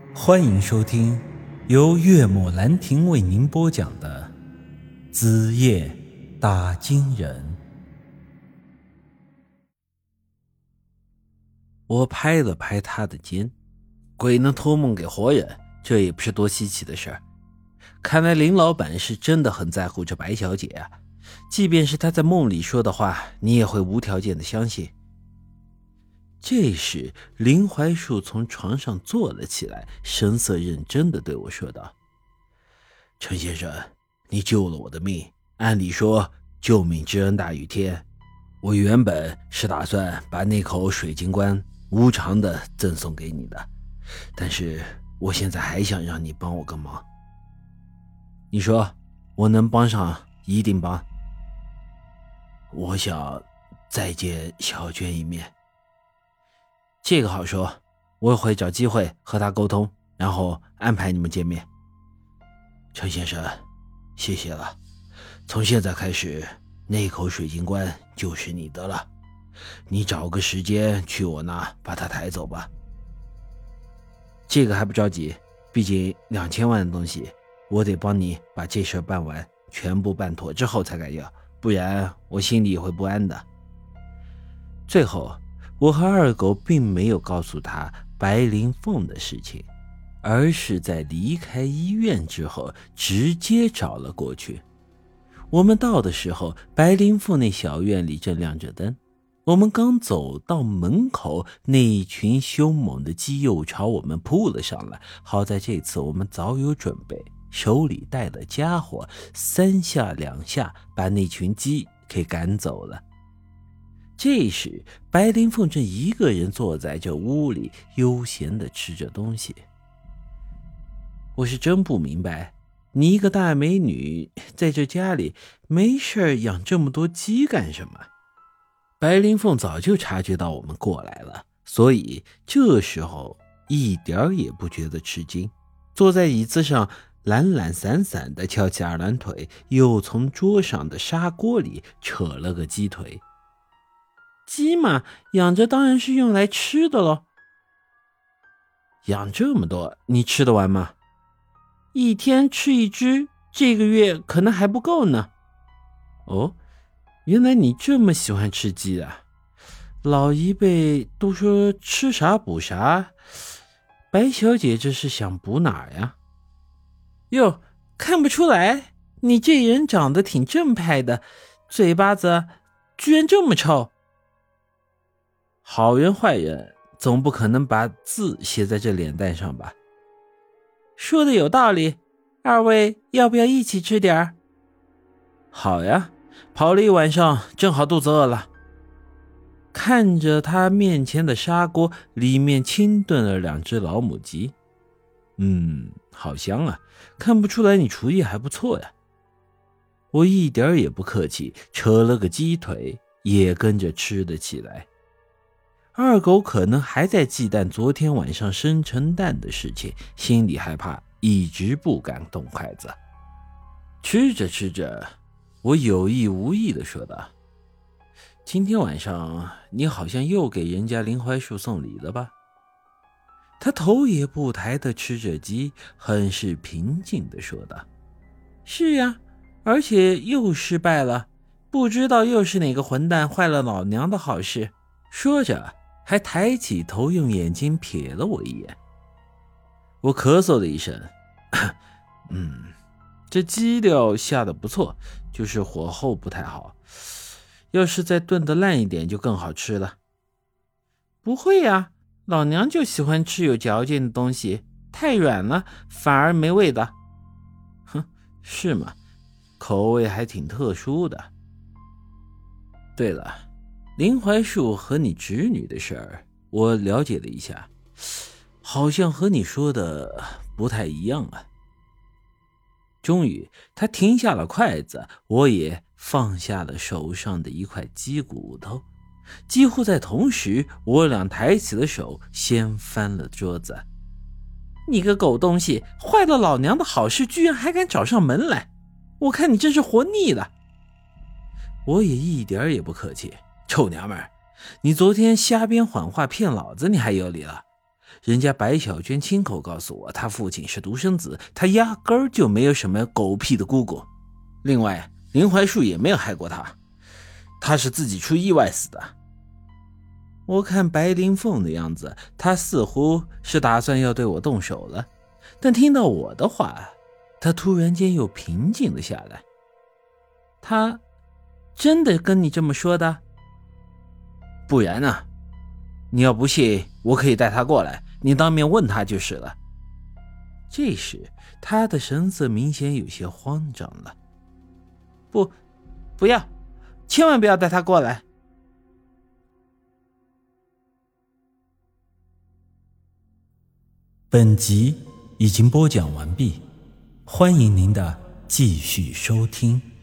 欢迎收听由岳母兰亭为您播讲的子夜打金人。 我拍了拍他的肩，鬼能托梦给活人，这也不是多稀奇的事儿。看来林老板是真的很在乎这白小姐啊，即便是他在梦里说的话，你也会无条件的相信。这时林怀树从床上坐了起来，神色认真地对我说道：陈先生，你救了我的命，按理说救命之恩大于天，我原本是打算把那口水晶棺无偿地赠送给你的，但是我现在还想让你帮我个忙。你说我能帮上一定帮。我想再见小娟一面。这个好说，我会找机会和他沟通，然后安排你们见面。陈先生，谢谢了，从现在开始那口水晶棺就是你的了，你找个时间去我那把它抬走吧。这个还不着急，毕竟2000万的东西，我得帮你把这事办完，全部办妥之后才敢要，不然我心里也会不安的。最后我和二狗并没有告诉他白灵凤的事情，而是在离开医院之后直接找了过去。我们到的时候，白灵凤那小院里正亮着灯，我们刚走到门口，那一群凶猛的鸡又朝我们扑了上来。好在这次我们早有准备，手里带了家伙，3下2下把那群鸡给赶走了。这时白灵凤正一个人坐在这屋里悠闲地吃着东西。我是真不明白，你一个大美女在这家里没事养这么多鸡干什么？白灵凤早就察觉到我们过来了，所以这时候一点也不觉得吃惊，坐在椅子上懒懒散散地翘起2郎腿，又从桌上的砂锅里扯了个鸡腿。鸡嘛，养着当然是用来吃的咯。养这么多，你吃得完吗？一天吃1只，这个月可能还不够呢。哦，原来你这么喜欢吃鸡啊。老一辈都说吃啥补啥，白小姐这是想补哪儿呀？哟，看不出来，你这人长得挺正派的，嘴巴子居然这么臭。好人坏人总不可能把字写在这脸蛋上吧？说的有道理，二位要不要一起吃点儿？好呀，跑了一晚上，正好肚子饿了。看着他面前的砂锅，里面清炖了2只老母鸡。好香啊，看不出来你厨艺还不错呀。我一点也不客气，扯了个鸡腿，也跟着吃了起来。二狗可能还在忌惮昨天晚上生辰蛋的事情，心里害怕，一直不敢动筷子。吃着吃着，我有意无意地说道：今天晚上你好像又给人家林怀树送礼了吧？他头也不抬地吃着鸡，很是平静地说道：是呀，而且又失败了，不知道又是哪个混蛋坏了老娘的好事。说着还抬起头，用眼睛瞥了我一眼。我咳嗽了一声，这鸡料下得不错，就是火候不太好，要是再炖得烂一点就更好吃了。不会呀，老娘就喜欢吃有嚼劲的东西，太软了反而没味道。哼，是吗？口味还挺特殊的。对了，林怀树和你侄女的事儿，我了解了一下，好像和你说的不太一样啊。终于他停下了筷子，我也放下了手上的一块鸡骨头。几乎在同时，我俩抬起了手，掀翻了桌子。你个狗东西，坏了老娘的好事居然还敢找上门来，我看你真是活腻了。我也一点也不客气，臭娘们儿，你昨天瞎编谎话骗老子，你还有理了？ 人家白小娟亲口告诉我，她父亲是独生子，她压根儿就没有什么狗屁的姑姑。另外，林怀树也没有害过她，她是自己出意外死的。我看白灵凤的样子，她似乎是打算要对我动手了，但听到我的话，她突然间又平静了下来。她真的跟你这么说的？不然呢？你要不信，我可以带他过来，你当面问他就是了。这时他的神色明显有些慌张了。不要，千万不要带他过来。 本集已经播讲完毕，欢迎您的继续收听。